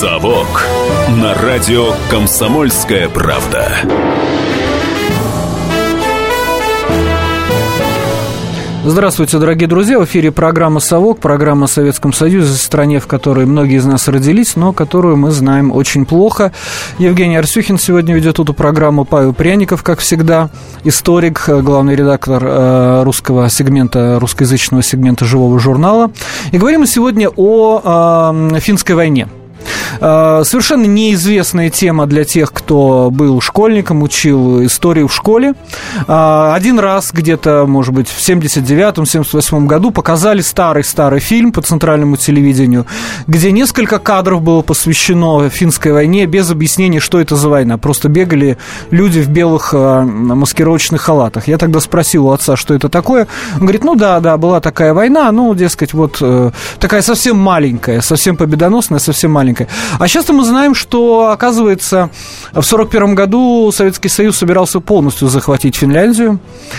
«Совок» на радио «Комсомольская правда». Здравствуйте, дорогие друзья. В эфире программа «Совок», программа о Советском Союзе, стране, в которой многие из нас родились, но которую мы знаем очень плохо. Евгений Арсюхин сегодня ведет эту программу, Павел Пряников, как всегда, историк, главный редактор русского сегмента, русскоязычного сегмента «Живого журнала». И говорим мы сегодня о финской войне. Совершенно неизвестная тема для тех, кто был школьником, учил историю в школе. Один раз где-то, может быть, в 79-78 году показали старый фильм по центральному телевидению, где несколько кадров было посвящено финской войне без объяснения, что это за война. Просто бегали люди в белых маскировочных халатах. Я тогда спросил у отца, что это такое. Он говорит, да, была такая война, дескать, вот такая совсем маленькая, совсем победоносная, совсем маленькая. А сейчас-то мы знаем, что, оказывается, в 1941 году Советский Союз собирался полностью захватить Финляндию,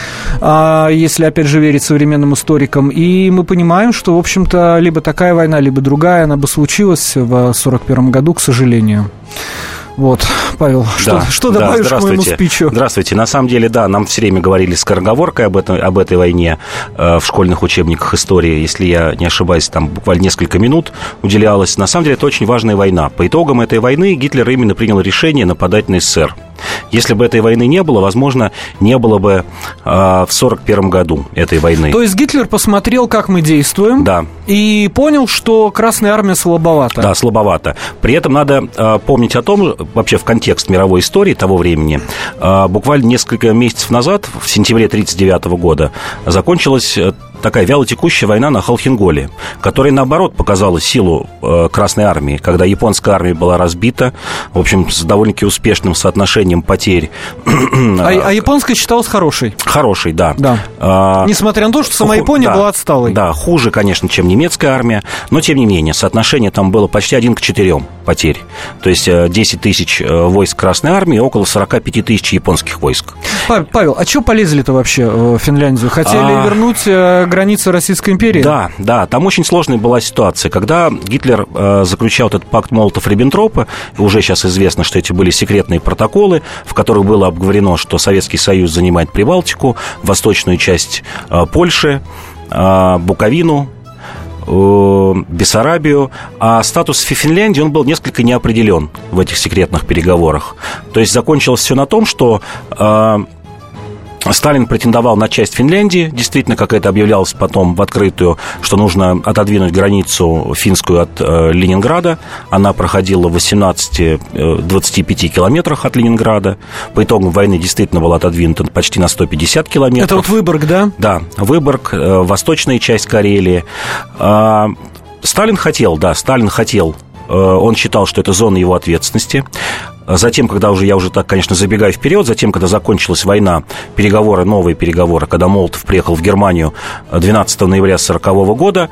если, опять же, верить современным историкам. И мы понимаем, что, в общем-то, либо такая война, либо другая, она бы случилась в 1941 году, к сожалению. Вот, Павел, что добавишь к моему спичу? Здравствуйте. На самом деле, да, нам все время говорили скороговоркой об этой войне в школьных учебниках истории. Если я не ошибаюсь, там буквально несколько минут уделялось. На самом деле, это очень важная война. По итогам этой войны Гитлер именно принял решение нападать на СССР. Если бы этой войны не было, возможно, не было бы в 1941 году этой войны. То есть Гитлер посмотрел, как мы действуем, да, и понял, что Красная Армия слабовата. Да, слабовата. При этом надо помнить о том, вообще в контекст мировой истории того времени, буквально несколько месяцев назад, в сентябре 1939 года, закончилась такая вялотекущая война на Халхинголе, которая, наоборот, показала силу Красной Армии, когда японская армия была разбита, в общем, с довольно-таки успешным соотношением потерь. А японская считалась хорошей? Хорошей, да. Несмотря на то, что сама Япония была отсталой. Да, хуже, конечно, чем немецкая армия, но, тем не менее, соотношение там было почти 1 к 4 потерь. То есть 10 тысяч войск Красной Армии и около 45 тысяч японских войск. Павел, а чего полезли-то вообще в Финляндию? Хотели вернуть границы Российской империи? Да, там очень сложная была ситуация. Когда Гитлер заключал этот пакт Молотов-Риббентропа, уже сейчас известно, что эти были секретные протоколы, в которых было обговорено, что Советский Союз занимает Прибалтику, восточную часть Польши, Буковину, Бессарабию, а статус Финляндии, он был несколько неопределен в этих секретных переговорах. То есть закончилось все на том, что Сталин претендовал на часть Финляндии, действительно, как это объявлялось потом в открытую, что нужно отодвинуть границу финскую от Ленинграда. Она проходила в 18-25 километрах от Ленинграда. По итогам войны действительно была отодвинута почти на 150 километров. Это вот Выборг, да? Да, Выборг, восточная часть Карелии. Сталин хотел, он считал, что это зона его ответственности. Затем, я уже так, конечно, забегаю вперед, затем, когда закончилась война, новые переговоры, когда Молотов приехал в Германию 12 ноября 1940 года,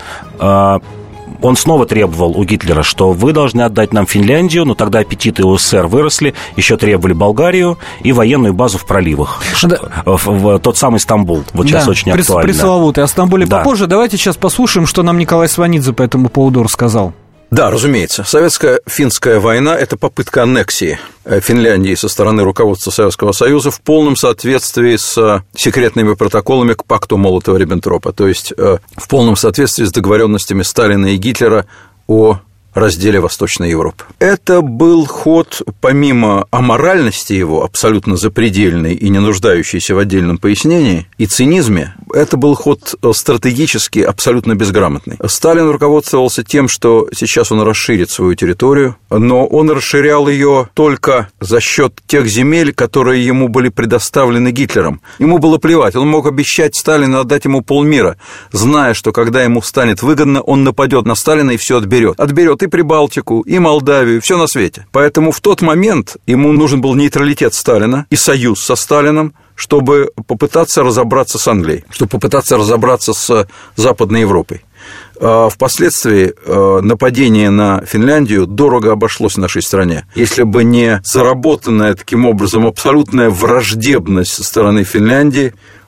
он снова требовал у Гитлера, что вы должны отдать нам Финляндию, но тогда аппетиты у СССР выросли, еще требовали Болгарию и военную базу в проливах, в тот самый Стамбул, вот сейчас очень актуально. Пресловутый о Стамбуле попозже. Давайте сейчас послушаем, что нам Николай Сванидзе по этому поводу рассказал. Да, разумеется. Советско-финская война – это попытка аннексии Финляндии со стороны руководства Советского Союза в полном соответствии с секретными протоколами к пакту Молотова-Риббентропа, то есть в полном соответствии с договоренностями Сталина и Гитлера о разделе Восточной Европы. Это был ход, помимо аморальности его, абсолютно запредельной и не нуждающейся в отдельном пояснении, и цинизме, это был ход стратегически абсолютно безграмотный. Сталин руководствовался тем, что сейчас он расширит свою территорию, но он расширял ее только за счет тех земель, которые ему были предоставлены Гитлером. Ему было плевать, он мог обещать Сталину отдать ему полмира, зная, что когда ему станет выгодно, он нападет на Сталина и все отберет. Отберет и Прибалтику, и Молдавию, все на свете. Поэтому в тот момент ему нужен был нейтралитет Сталина и союз со Сталином, чтобы попытаться разобраться с Англией, чтобы попытаться разобраться с Западной Европой. Впоследствии нападение на Финляндию дорого обошлось нашей стране. Если бы не заработанная таким образом абсолютная враждебность со стороны Финляндии,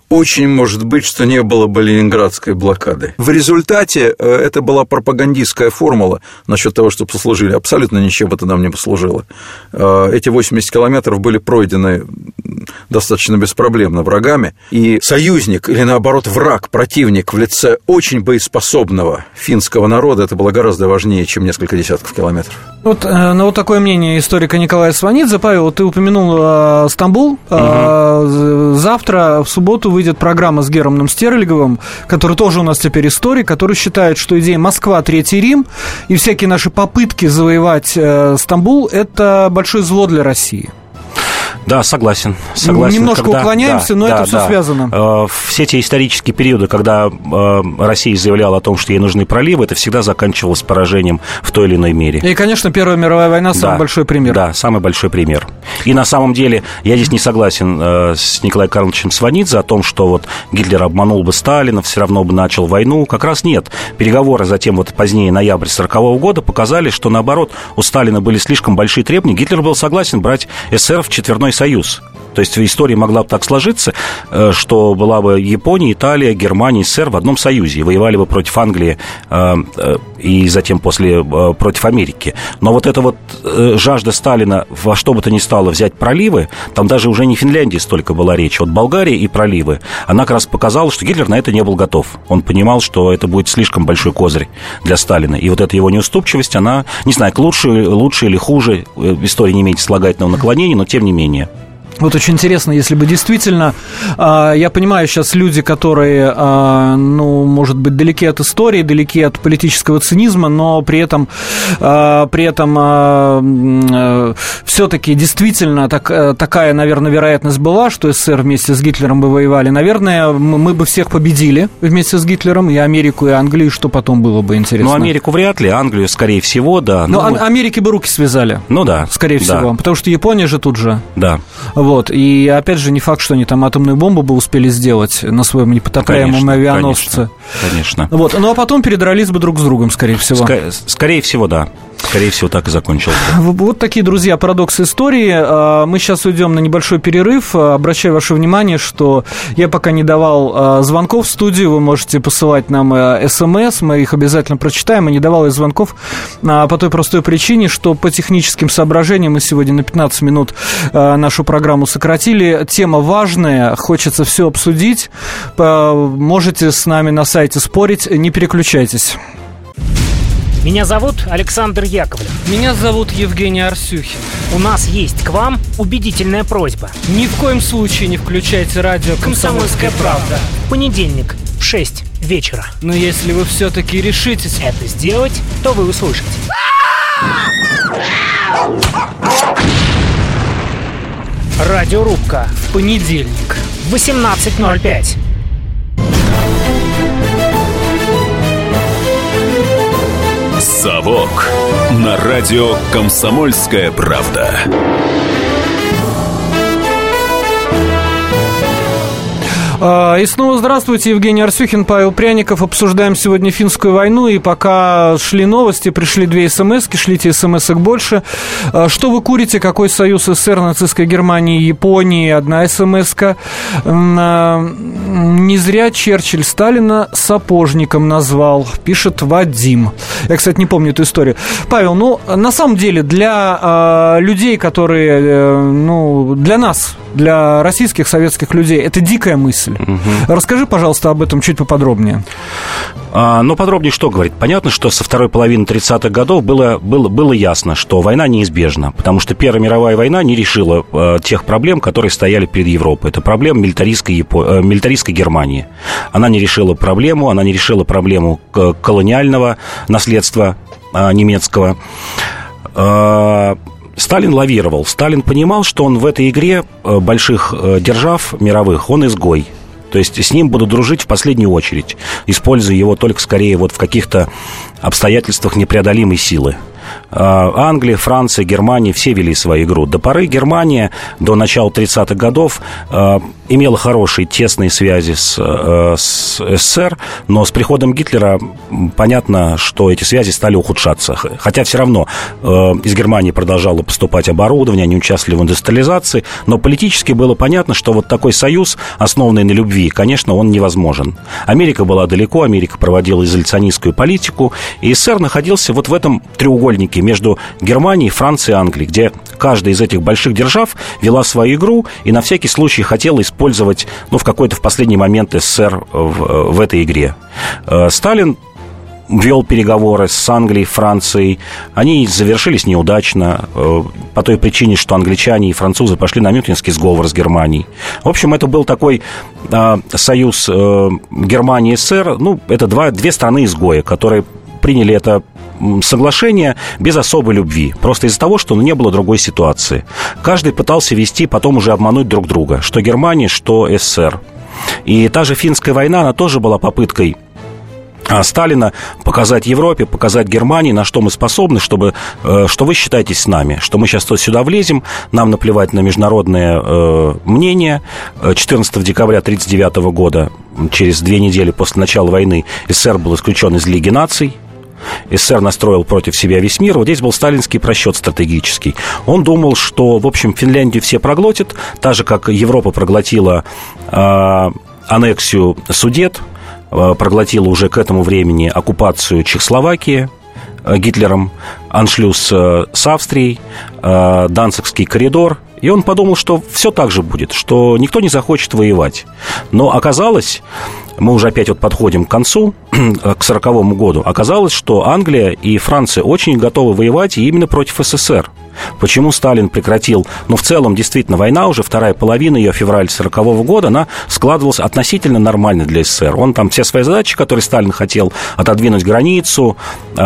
очень может быть, что не было бы ленинградской блокады. В результате это была пропагандистская формула насчет того, что послужили. Абсолютно ничем это нам не послужило. Эти 80 километров были пройдены достаточно беспроблемно врагами, и союзник, или наоборот враг, противник в лице очень боеспособного финского народа, это было гораздо важнее, чем несколько десятков километров. Вот такое мнение историка Николая Сванидзе. Павел, ты упомянул Стамбул. Завтра, в субботу, выйдет программа с Германом Стерлиговым, который тоже у нас теперь историк, который считает, что идея «Москва, Третий Рим» и всякие наши попытки завоевать Стамбул – это большое зло для России. Да, согласен. Немножко уклоняемся, но это все связано. Все те исторические периоды, когда Россия заявляла о том, что ей нужны проливы, это всегда заканчивалось поражением в той или иной мере. И, конечно, Первая мировая война – самый большой пример. Да, самый большой пример. И на самом деле я здесь не согласен с Николаем Карловичем Сванидзе о том, что вот Гитлер обманул бы Сталина, все равно бы начал войну. Как раз нет. Переговоры затем вот позднее, ноябрь 1940 года, показали, что наоборот у Сталина были слишком большие требования. Гитлер был согласен брать СССР в четверной союз. То есть в истории могла бы так сложиться, что была бы Япония, Италия, Германия, СССР в одном союзе и воевали бы против Англии и затем после против Америки. Но вот эта вот жажда Сталина во что бы то ни стало взять проливы, там даже уже не Финляндии столько была речь, вот Болгария и проливы, она как раз показала, что Гитлер на это не был готов. Он понимал, что это будет слишком большой козырь для Сталина. И вот эта его неуступчивость, она, не знаю, лучше или хуже, история не имеет слагательного наклонения, но тем не менее. Вот очень интересно, если бы действительно, я понимаю, сейчас люди, которые, может быть, далеки от истории, далеки от политического цинизма, но при этом все-таки действительно такая, наверное, вероятность была, что СССР вместе с Гитлером бы воевали. Наверное, мы бы всех победили вместе с Гитлером, и Америку, и Англию, что потом было бы интересно. Ну, Америку вряд ли, Англию, скорее всего, да. Но Америке бы руки связали. Ну, да. Скорее всего, потому что Япония же тут же. Да. Вот, и опять же, не факт, что они там атомную бомбу бы успели сделать на своем непотопляемом авианосце. Конечно. Вот, ну а потом передрались бы друг с другом, скорее всего. Скорее всего, да. Скорее всего, так и закончилось. Вот такие, друзья, парадоксы истории. Мы сейчас уйдем на небольшой перерыв. Обращаю ваше внимание, что я пока не давал звонков в студию. Вы можете посылать нам СМС, мы их обязательно прочитаем. И не давал я звонков по той простой причине, что по техническим соображениям мы сегодня на 15 минут нашу программу сократили. Тема важная, хочется все обсудить. Можете с нами на сайте спорить, не переключайтесь. Меня зовут Александр Яковлев. Меня зовут Евгений Арсюхин. У нас есть к вам убедительная просьба. Ни в коем случае не включайте радио «Комсомольская правда». В понедельник в 6 вечера. Но если вы все-таки решитесь это сделать, то вы услышите. Радиорубка. В понедельник. В 18:05. «Совок» на радио «Комсомольская правда». И снова здравствуйте, Евгений Арсюхин, Павел Пряников. Обсуждаем сегодня финскую войну. И пока шли новости, пришли 2 смс-ки, шлите смс-ок больше. Что вы курите? Какой союз СССР, нацистской Германии, Японии? Одна смс-ка. Не зря Черчилль Сталина сапожником назвал, пишет Вадим. Я, кстати, не помню эту историю. Павел, на самом деле, для людей, которые, для нас, для российских, советских людей, это дикая мысль. Угу. Расскажи, пожалуйста, об этом чуть поподробнее. Подробнее что говорить? Понятно, что со второй половины 30-х годов было ясно, что война неизбежна, потому что Первая мировая война не решила тех проблем, которые стояли перед Европой. Это проблема милитаристской Германии. Она не решила проблему колониального наследства немецкого. Сталин лавировал. Сталин понимал, что он в этой игре больших держав мировых, он изгой. То есть с ним будут дружить в последнюю очередь, используя его только скорее в каких-то обстоятельствах непреодолимой силы. Англия, Франция, Германия все вели свою игру. До поры Германия до начала 30-х годов имела хорошие тесные связи с СССР, но с приходом Гитлера понятно, что эти связи стали ухудшаться. Хотя все равно из Германии продолжало поступать оборудование, они участвовали в индустриализации, но политически было понятно, что вот такой союз, основанный на любви, конечно, он невозможен. Америка была далеко, Америка проводила изоляционистскую политику, и СССР находился вот в этом треугольнике между Германией, Францией и Англией, где каждая из этих больших держав вела свою игру и на всякий случай хотела использовать, в какой-то в последний момент СССР в этой игре. Сталин вел переговоры с Англией, Францией. Они завершились неудачно по той причине, что англичане и французы пошли на Мюнхенский сговор с Германией. В общем, это был такой союз Германии и СССР. Это две страны-изгоя, которые приняли это соглашение без особой любви, просто из-за того, что не было другой ситуации. Каждый пытался вести, потом уже обмануть друг друга, что Германия, что СССР. И та же финская война, она тоже была попыткой Сталина показать Европе, показать Германии, на что мы способны, что вы считаетесь с нами, что мы сейчас сюда влезем, нам наплевать на международное мнение. 14 декабря 1939 года, через 2 недели после начала войны, СССР был исключен из Лиги наций. СССР настроил против себя весь мир. Вот здесь был сталинский просчет стратегический. Он думал, что, в общем, Финляндию все проглотят, так же, как Европа проглотила аннексию Судет, проглотила уже к этому времени оккупацию Чехословакии Гитлером, аншлюз с Австрией, Данцигский коридор. И он подумал, что все так же будет, что никто не захочет воевать. Но оказалось, мы уже опять подходим к концу, к 1940 году, оказалось, что Англия и Франция очень готовы воевать и именно против СССР. Почему Сталин прекратил? В целом, действительно, война уже, вторая половина ее, февраль 1940 года, она складывалась относительно нормально для СССР. Он там все свои задачи, которые Сталин хотел, отодвинуть границу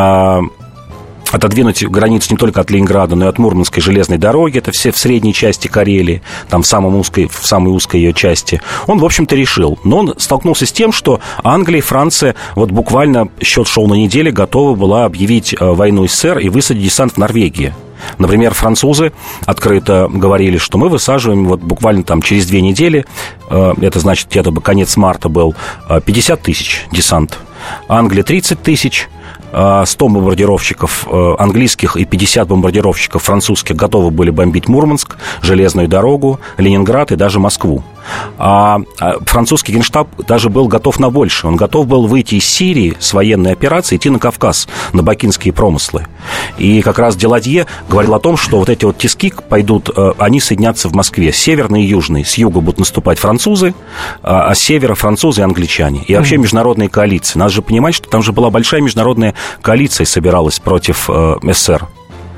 не только от Ленинграда, но и от Мурманской железной дороги, это все в средней части Карелии, там в самой узкой ее части, он, в общем-то, решил. Но он столкнулся с тем, что Англия и Франция, буквально счет шел на неделе, готова была объявить войну СССР и высадить десант в Норвегии. Например, французы открыто говорили, что мы высаживаем буквально через 2 недели, это значит, где-то конец марта был, 50 тысяч десант. Англия 30 тысяч. 100 бомбардировщиков английских и 50 бомбардировщиков французских готовы были бомбить Мурманск, железную дорогу, Ленинград и даже Москву. А французский генштаб даже был готов на больше. Он готов был выйти из Сирии с военной операцией, идти на Кавказ, на бакинские промыслы. И как раз Деладье говорил о том, что вот эти тиски пойдут, они соединятся в Москве, северные и южные. С юга будут наступать французы, а с севера французы и англичане. И вообще международные коалиции. Надо же понимать, что там же была большая международная коалиция собиралась против СССР.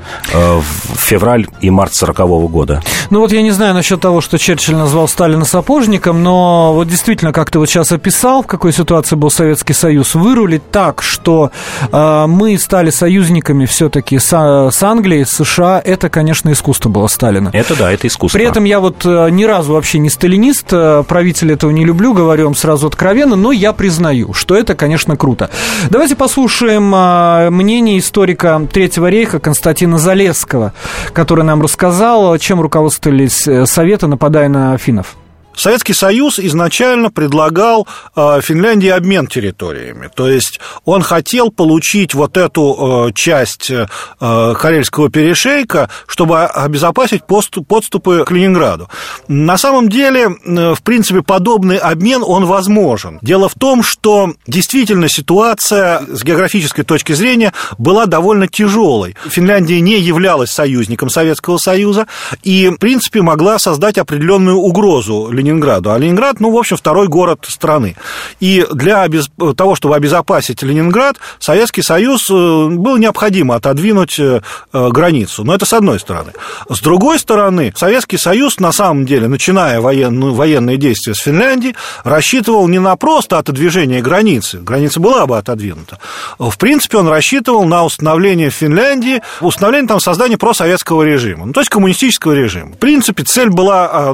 В февраль и март 1940 года. Я не знаю насчет того, что Черчилль назвал Сталина сапожником, но действительно, как ты сейчас описал, в какой ситуации был Советский Союз, вырулить так, что мы стали союзниками все-таки с Англией, с США, это, конечно, искусство было Сталина. Это да, это искусство. При этом я ни разу вообще не сталинист, правителя этого не люблю, говорю вам сразу откровенно, но я признаю, что это, конечно, круто. Давайте послушаем мнение историка Третьего рейха Константина Залесского, который нам рассказал, чем руководствовались Советы, нападая на финнов. Советский Союз изначально предлагал Финляндии обмен территориями, то есть он хотел получить эту часть Карельского перешейка, чтобы обезопасить подступы к Ленинграду. На самом деле, в принципе, подобный обмен, он возможен. Дело в том, что действительно ситуация с географической точки зрения была довольно тяжелой. Финляндия не являлась союзником Советского Союза и, в принципе, могла создать определенную угрозу Ленинграду. А Ленинград, в общем, второй город страны. И для того, чтобы обезопасить Ленинград, Советский Союз было необходимо отодвинуть границу. Но это с одной стороны. С другой стороны, Советский Союз, на самом деле, начиная военные действия с Финляндии, рассчитывал не на просто отодвижение границы. Граница была бы отодвинута. В принципе, он рассчитывал на установление в Финляндии, создание просоветского режима, то есть коммунистического режима. В принципе, цель была,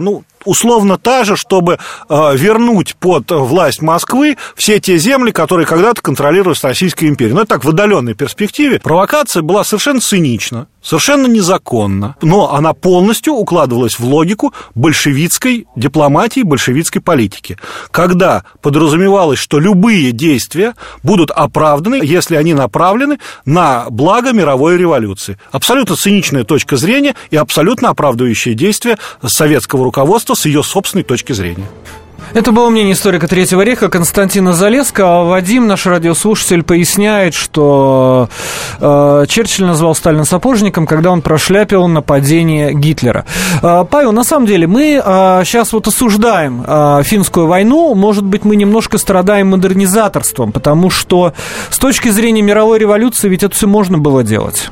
условно та же, чтобы вернуть под власть Москвы все те земли, которые когда-то контролировались Российской империей. Но это так, в отдаленной перспективе. Провокация была совершенно цинична, совершенно незаконна, но она полностью укладывалась в логику большевистской дипломатии, большевистской политики, когда подразумевалось, что любые действия будут оправданы, если они направлены на благо мировой революции. Абсолютно циничная точка зрения и абсолютно оправдывающие действия советского руководства с ее собственной точки зрения. Это было мнение историка Третьего рейха Константина Залесского. Вадим, наш радиослушатель, поясняет, что Черчилль назвал Сталина сапожником, когда он прошляпил нападение Гитлера. Павел, на самом деле, мы сейчас вот осуждаем финскую войну. Может быть, мы немножко страдаем модернизаторством, потому что с точки зрения мировой революции ведь это все можно было делать.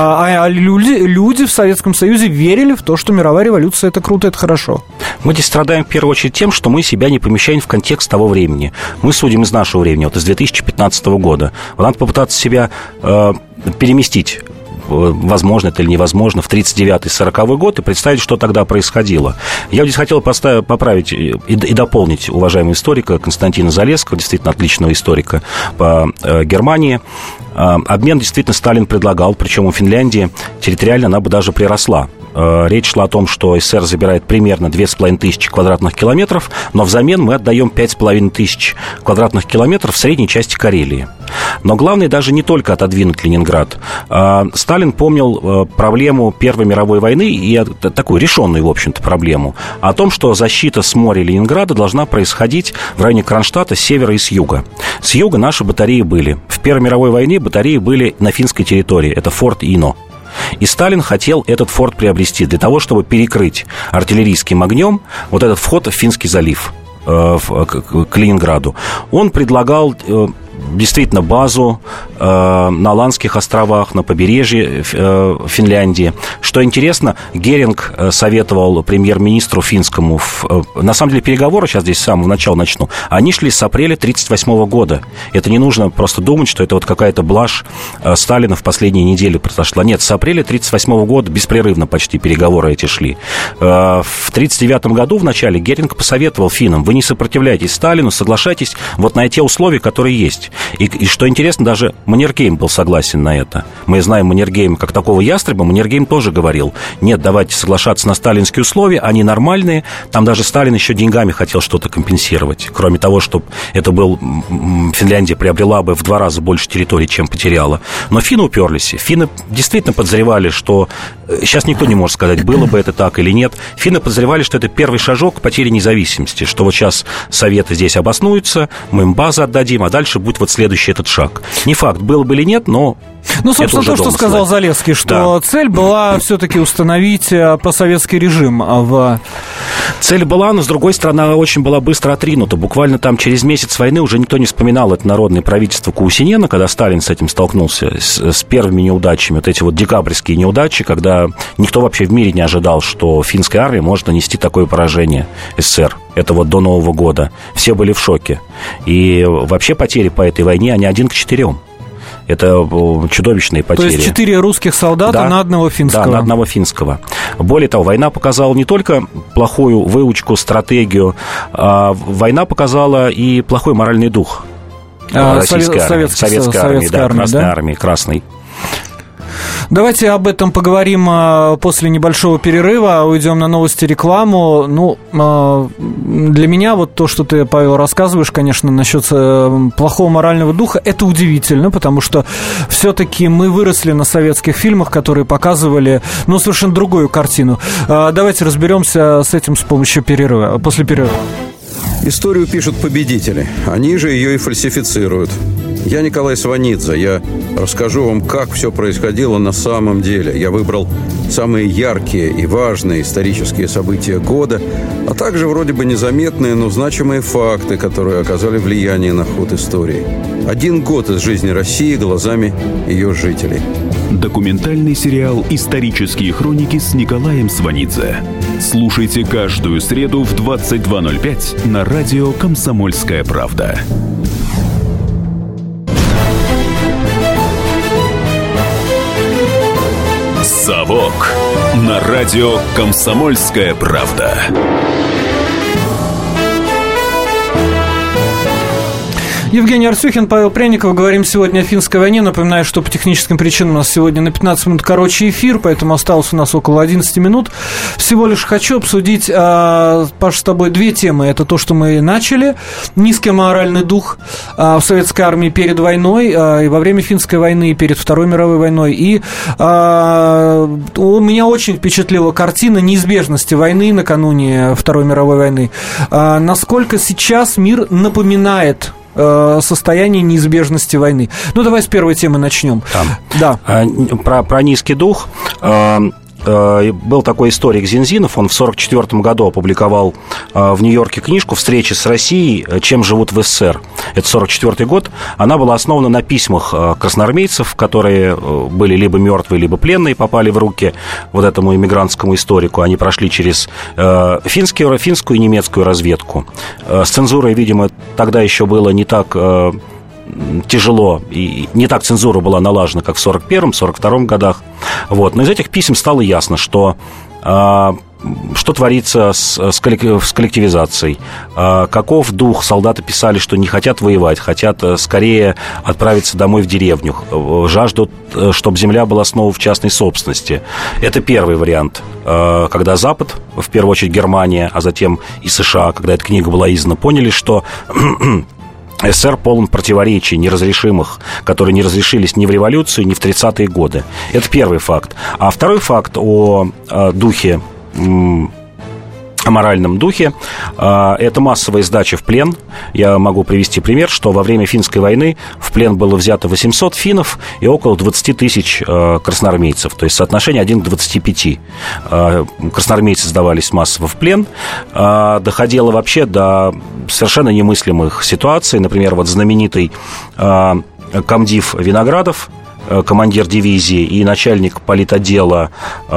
А люди в Советском Союзе верили в то, что мировая революция – это круто, это хорошо. Мы здесь страдаем в первую очередь тем, что мы себя не помещаем в контекст того времени. Мы судим из нашего времени, вот из 2015 года. Вот надо попытаться себя переместить, возможно это или невозможно, в 1939-1940 год и представить, что тогда происходило. Я здесь хотел поправить и дополнить уважаемого историка Константина Залесского, действительно отличного историка по Германии. Обмен действительно Сталин предлагал, причем у Финляндии территориально она бы даже приросла. Речь шла о том, что СССР забирает примерно 2500 квадратных километров, но взамен мы отдаем 5500 квадратных километров в средней части Карелии. Но главное даже не только отодвинуть Ленинград. Сталин помнил проблему Первой мировой войны и такую решенную, в общем-то, проблему о том, что защита с моря Ленинграда должна происходить в районе Кронштадта с севера и с юга. С юга наши батареи были. В Первой мировой войне батареи были на финской территории. Это форт Ино. И Сталин хотел этот форт приобрести для того, чтобы перекрыть артиллерийским огнем вот этот вход в Финский залив к Ленинграду. Он предлагал действительно базу на Аландских островах, на побережье Финляндии. Что интересно, Геринг советовал премьер-министру финскому, на самом деле переговоры, сейчас здесь с самого начала начну, они шли с апреля 1938 года. Это не нужно просто думать, что это вот какая-то блажь Сталина в последние недели произошла. Нет, с апреля 1938 года беспрерывно почти переговоры эти шли. В 1939 году в начале Геринг посоветовал финнам: вы не сопротивляйтесь Сталину, соглашайтесь вот на те условия, которые есть. И что интересно, даже Маннергейм был согласен на это. Мы знаем Маннергейма как такого ястреба. Маннергейм тоже говорил: нет, давайте соглашаться на сталинские условия, они нормальные. Там даже Сталин еще деньгами хотел что-то компенсировать. Кроме того, чтобы это был... Финляндия приобрела бы в 2 раза больше территорий, чем потеряла. Но финны уперлись. Финны действительно подозревали, что... Сейчас никто не может сказать, было бы это так или нет. Финны подозревали, что это первый шажок к потере независимости. Что вот сейчас Советы здесь обоснуются, мы им базы отдадим, а дальше будет вот следующий этот шаг. Не факт, был бы или нет, но... Ну, собственно, то, что сказал Залесский, что цель была все-таки установить просоветский режим в... Цель была, но, с другой стороны, она очень была быстро отринута. Буквально там через месяц войны уже никто не вспоминал это народное правительство Каусинена, когда Сталин с этим столкнулся, с первыми неудачами, вот эти вот декабрьские неудачи, когда никто вообще в мире не ожидал, что финская армия может нанести такое поражение СССР. Это вот до Нового года. Все были в шоке. И вообще потери по этой войне, они 1 к 4. Это чудовищные потери. То есть 4 русских солдата на одного финского. Да, на одного финского. Более того, война показала не только плохую выучку, стратегию, а война показала и плохой моральный дух российской армии, советской армии, Красной армии, Красной. Давайте об этом поговорим после небольшого перерыва. Уйдем на новости, рекламу. Ну, для меня вот то, что ты, Павел, рассказываешь, конечно, насчет плохого морального духа, это удивительно, потому что все-таки мы выросли на советских фильмах, которые показывали, ну, совершенно другую картину. Давайте разберемся с этим с помощью перерыва, после перерыва. Историю пишут победители, они же ее и фальсифицируют. Я Николай Сванидзе, я расскажу вам, как все происходило на самом деле. Я выбрал самые яркие и важные исторические события года, а также вроде бы незаметные, но значимые факты, которые оказали влияние на ход истории. 1 год из жизни России глазами ее жителей. Документальный сериал «Исторические хроники» с Николаем Сванидзе. Слушайте каждую среду в 22:05 на радио «Комсомольская правда». «Совок» на радио «Комсомольская правда». Евгений Арсюхин, Павел Пряников. Говорим сегодня о финской войне. Напоминаю, что по техническим причинам у нас сегодня на 15 минут короче эфир, поэтому осталось у нас около 11 минут. Всего лишь хочу обсудить, Паш, с тобой две темы. Это то, что мы начали. Низкий моральный дух в советской армии перед войной, и во время финской войны, и перед Второй мировой войной. И меня очень впечатлила картина неизбежности войны накануне Второй мировой войны. Насколько сейчас мир напоминает состояние неизбежности войны. Ну, давай с первой темы начнем. Да. Про низкий дух. Был такой историк Зинзинов, он в 1944 году опубликовал в Нью-Йорке книжку «Встречи с Россией. Чем живут в СССР». Это 1944 год. Она была основана на письмах красноармейцев, которые были либо мертвые, либо пленные, попали в руки вот этому иммигрантскому историку. Они прошли через финскую и немецкую разведку. С цензурой, видимо, тогда еще было не так тяжело, и не так цензура была налажена, как в 1941-1942 годах. Вот. Но из этих писем стало ясно, что творится с коллективизацией, каков дух. Солдаты писали, что не хотят воевать, хотят скорее отправиться домой в деревню, жаждут, чтобы земля была снова в частной собственности. Это первый вариант, когда Запад, в первую очередь Германия, а затем и США, когда эта книга была издана, поняли, что СССР полон противоречий неразрешимых, которые не разрешились ни в революцию, ни в 30-е годы. Это первый факт. А второй факт о духе, о моральном духе, это массовая сдача в плен. Я могу привести пример, что во время финской войны в плен было взято 800 финнов и около 20 тысяч красноармейцев, то есть соотношение 1 к 25. Красноармейцы сдавались массово в плен. Доходило вообще до совершенно немыслимых ситуаций. Например, вот знаменитый комдив Виноградов, командир дивизии и начальник политотдела,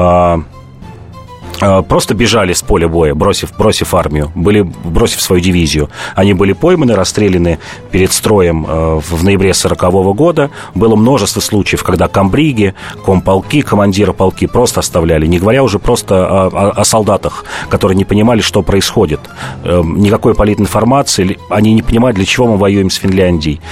просто бежали с поля боя, бросив армию, бросив свою дивизию. Они были пойманы, расстреляны перед строем в ноябре 1940 года. Было множество случаев, когда комбриги, комполки, командиры полки просто оставляли, не говоря уже просто о солдатах, которые не понимали, что происходит. Никакой политинформации, они не понимают, для чего мы воюем с Финляндией.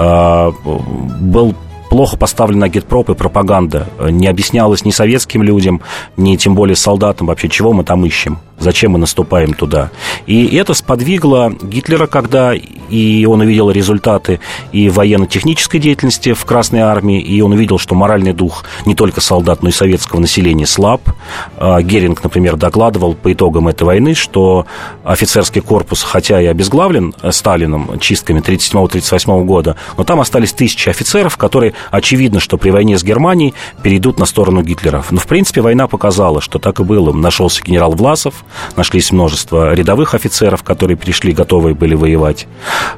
Был плохо поставлена агитпроп и пропаганда. Не объяснялось ни советским людям, ни тем более солдатам вообще, чего мы там ищем, зачем мы наступаем туда. И это сподвигло Гитлера, когда и он увидел результаты и военно-технической деятельности в Красной армии, и он увидел, что моральный дух не только солдат, но и советского населения слаб. Геринг, например, докладывал по итогам этой войны, что офицерский корпус, хотя и обезглавлен Сталином чистками 1937-1938 года, но там остались тысячи офицеров, которые, очевидно, что при войне с Германией перейдут на сторону Гитлера. Но, в принципе, война показала, что так и было. Нашелся генерал Власов, нашлись множество рядовых офицеров, которые пришли, готовые были воевать.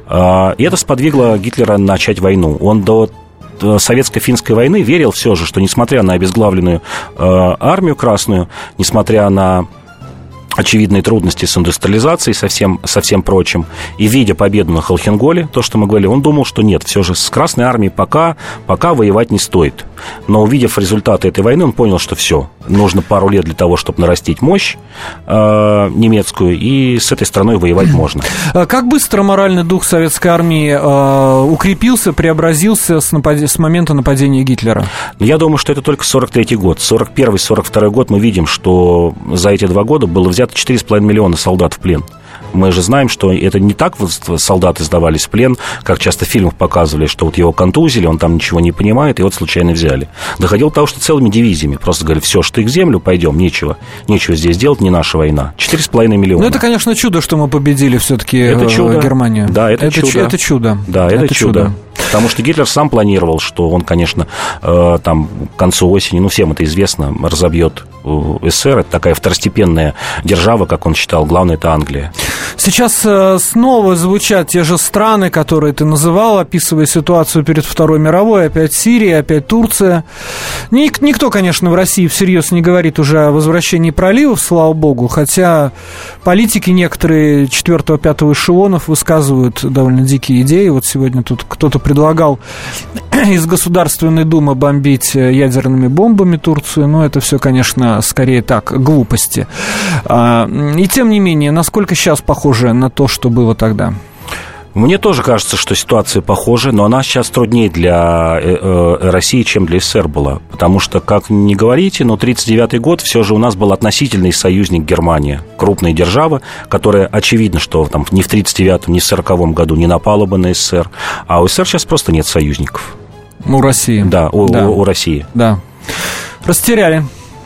И это сподвигло Гитлера начать войну. Он до советско-финской войны верил все же, что несмотря на обезглавленную армию красную, несмотря на очевидные трудности с индустриализацией, со всем прочим, и видя победу на Холхенголе, то, что мы говорили, он думал, что нет, все же с Красной армией пока воевать не стоит. Но увидев результаты этой войны, он понял, что все, нужно пару лет для того, чтобы нарастить мощь немецкую, и с этой страной воевать можно. Как быстро моральный дух советской армии укрепился, преобразился с момента нападения Гитлера? Я думаю, что это только 1943 год. 1941-1942 год мы видим, что за эти 2 года было взято 4,5 миллиона солдат в плен. Мы же знаем, что это не так вот солдаты сдавались в плен, как часто в фильмах показывали, что вот его контузили, он там ничего не понимает, и вот случайно взяли. Доходило до того, что целыми дивизиями просто говорили: все, штык в землю, пойдем, нечего здесь делать, не наша война. 4,5 миллиона. Ну, это, конечно, чудо, что мы победили все-таки Германию. Да, это чудо. Это чудо. Да, это чудо. Потому что Гитлер сам планировал, что он, конечно, там к концу осени, всем это известно, разобьет СССР. Это такая второстепенная держава, как он считал, главное — это Англия. Сейчас снова звучат те же страны, которые ты называл, описывая ситуацию перед Второй мировой. Опять Сирия, опять Турция. Никто, конечно, в России всерьез не говорит уже о возвращении проливов, слава богу, хотя политики некоторые 4-5 эшелонов высказывают довольно дикие идеи. Вот сегодня тут кто-то предлагал из Государственной Думы бомбить ядерными бомбами Турцию, но это все, конечно, скорее так, глупости. И тем не менее, насколько сейчас похоже на то, что было тогда? Мне тоже кажется, что ситуация похожа, но она сейчас труднее для России, чем для СССР была. Потому что, как ни говорите, но 1939 год все же у нас был относительный союзник Германия, крупная держава, которая, очевидно, что там, ни в 1939, ни в 1940 году не напала бы на СССР. А у СССР сейчас просто нет союзников. У России. Да, у России. Да. Растеряли.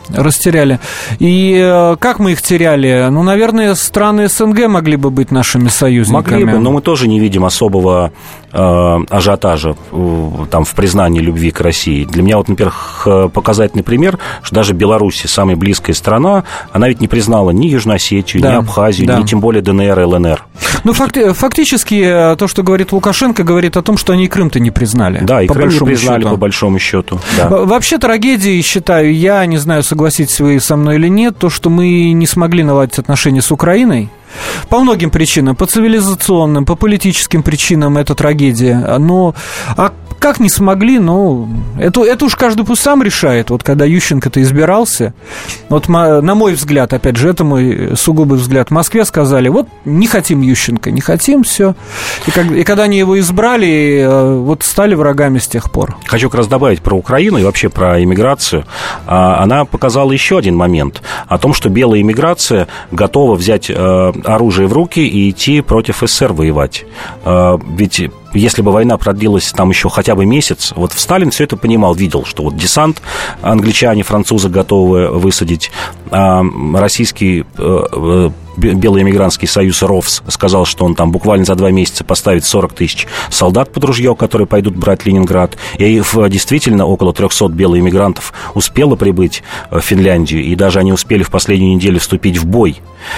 И как мы их теряли? Ну, наверное, страны СНГ могли бы быть нашими союзниками. Могли бы, но мы тоже не видим особого ажиотажа там, в признании любви к России. Для меня, вот, например, показательный пример, что даже Беларусь, самая близкая страна, она ведь не признала ни Южную Осетию, ни Абхазию, ни тем более ДНР и ЛНР. Ну, фактически, то, что говорит Лукашенко, говорит о том, что они и Крым-то не признали. Да, и Крым не признали, по большому счету. Да. Вообще трагедией, считаю я, не знаю, согласитесь вы со мной или нет, то, что мы не смогли наладить отношения с Украиной. По многим причинам, по цивилизационным, по политическим причинам это трагедия. Но как не смогли, это уж каждый пусть сам решает. Вот когда Ющенко-то избирался, вот на мой взгляд, опять же, это мой сугубый взгляд, в Москве сказали, вот не хотим Ющенко, не хотим, все. И когда они его избрали, вот стали врагами с тех пор. Хочу как раз добавить про Украину и вообще про иммиграцию. Она показала еще один момент о том, что белая иммиграция готова взять оружие в руки и идти против СССР воевать. Ведь если бы война продлилась там еще хотя бы месяц, вот Сталин все это понимал, видел, что вот десант англичане, французы готовы высадить, российский Белый эмигрантский союз РОВС сказал, что он там буквально за 2 месяца поставит 40 тысяч солдат под ружье, которые пойдут брать Ленинград. И действительно около 300 белоэмигрантов успело прибыть в Финляндию, и даже они успели в последнюю неделю вступить в бой.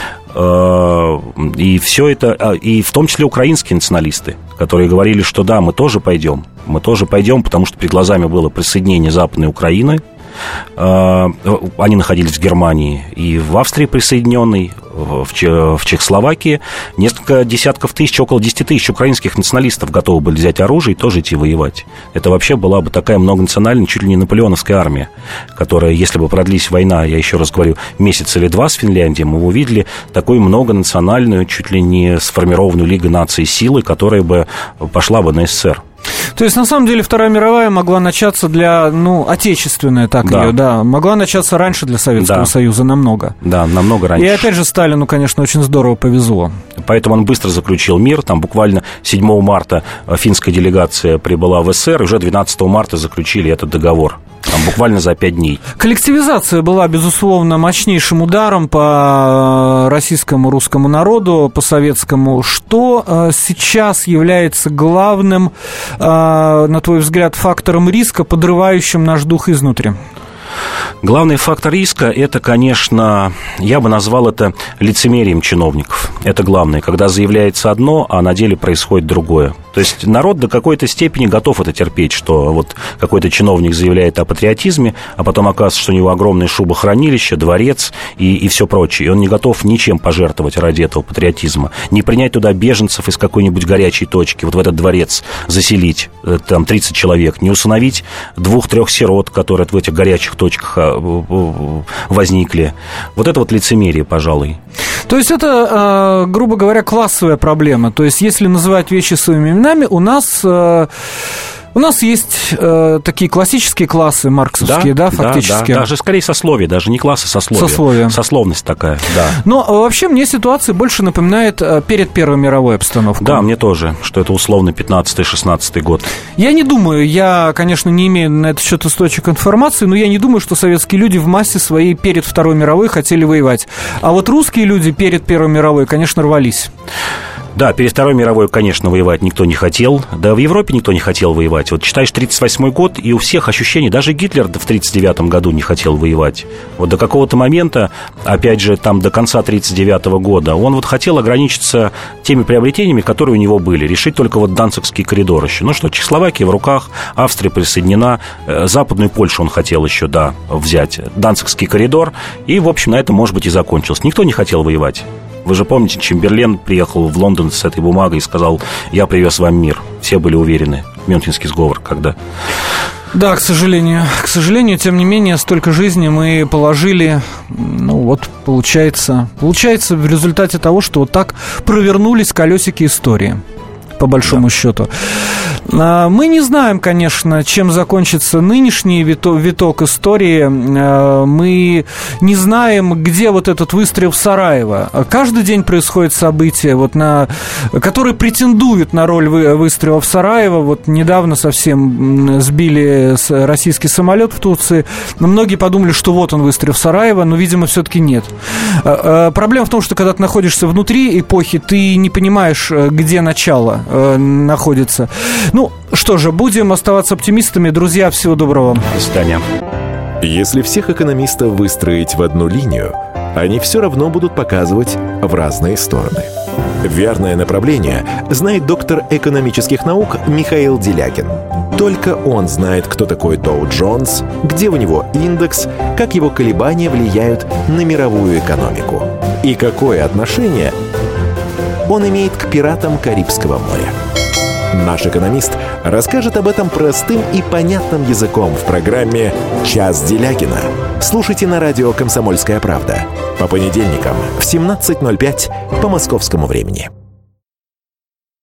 И все это, и в том числе украинские националисты, которые говорили, что да, мы тоже пойдем, потому что перед глазами было присоединение Западной Украины. Они находились в Германии и в Австрии присоединенной, в Чехословакии. Несколько десятков тысяч, около 10 тысяч украинских националистов готовы были взять оружие и тоже идти воевать. Это вообще была бы такая многонациональная, чуть ли не наполеоновская армия, которая, если бы продлилась война, я еще раз говорю, месяц или 2 с Финляндией, мы бы увидели такую многонациональную, чуть ли не сформированную Лигой наций силы, которая бы пошла бы на СССР. То есть, на самом деле, Вторая мировая могла начаться отечественная, могла начаться раньше для Советского Союза намного. Да, намного раньше. И, опять же, Сталину, конечно, очень здорово повезло. Поэтому он быстро заключил мир, там буквально 7 марта финская делегация прибыла в СССР, и уже 12 марта заключили этот договор. Там буквально за 5 дней. Коллективизация была, безусловно, мощнейшим ударом по российскому, русскому народу, по советскому. Что сейчас является главным, на твой взгляд, фактором риска, подрывающим наш дух изнутри? Главный фактор риска – это, конечно, я бы назвал это лицемерием чиновников. Это главное, когда заявляется одно, а на деле происходит другое. То есть народ до какой-то степени готов это терпеть, что вот какой-то чиновник заявляет о патриотизме, а потом оказывается, что у него огромное шубохранилище, дворец и все прочее. И он не готов ничем пожертвовать ради этого патриотизма. Не принять туда беженцев из какой-нибудь горячей точки, вот в этот дворец заселить, там 30 человек, не усыновить 2-3 сирот, которые в этих горячих точках возникли. Вот это вот лицемерие, пожалуй. То есть это, грубо говоря, классовая проблема. То есть если называть вещи своими именами, у нас есть такие классические классы марксовские, фактически. Да, даже скорее сословие, даже не классы, сословие. Сословность такая, да. Но вообще мне ситуация больше напоминает перед Первой мировой обстановку. Да, мне тоже, что это условно 15-16 год. Я не думаю, я, конечно, не имею на этот счет источник информации, но я не думаю, что советские люди в массе своей перед Второй мировой хотели воевать. А вот русские люди перед Первой мировой, конечно, рвались. Да, перед Второй мировой, конечно, воевать никто не хотел. Да, в Европе никто не хотел воевать. Вот читаешь 1938 год, и у всех ощущение, даже Гитлер в 1939 году не хотел воевать. Вот до какого-то момента, опять же, там до конца 1939 года, он вот хотел ограничиться теми приобретениями, которые у него были. Решить только вот Данцигский коридор еще. Ну что, Чехословакия в руках, Австрия присоединена, Западную Польшу он хотел еще, взять. Данцигский коридор, и, в общем, на этом, может быть, и закончилось. Никто не хотел воевать. Вы же помните, Чемберлен приехал в Лондон с этой бумагой и сказал: «Я привез вам мир». Все были уверены. Мюнхенский сговор, когда... Да, к сожалению, тем не менее, столько жизни мы положили, получается в результате того, что вот так провернулись колесики истории. по большому счету. Мы не знаем, конечно, чем закончится нынешний виток истории. Мы не знаем, где вот этот выстрел в Сараево. Каждый день происходят события, которые претендуют на роль выстрела в Сараево. Вот недавно совсем сбили российский самолет в Турции. Многие подумали, что вот он выстрел в Сараево, но, видимо, все-таки нет. Проблема в том, что когда ты находишься внутри эпохи, ты не понимаешь, где начало находится. Ну, что же, будем оставаться оптимистами. Друзья, всего доброго вам. До свидания. Если всех экономистов выстроить в одну линию, они все равно будут показывать в разные стороны. Верное направление знает доктор экономических наук Михаил Делякин. Только он знает, кто такой Доу Джонс, где у него индекс, как его колебания влияют на мировую экономику и какое отношение он имеет к пиратам Карибского моря. Наш экономист расскажет об этом простым и понятным языком в программе «Час Делякина». Слушайте на радио «Комсомольская правда» по понедельникам в 17:05 по московскому времени.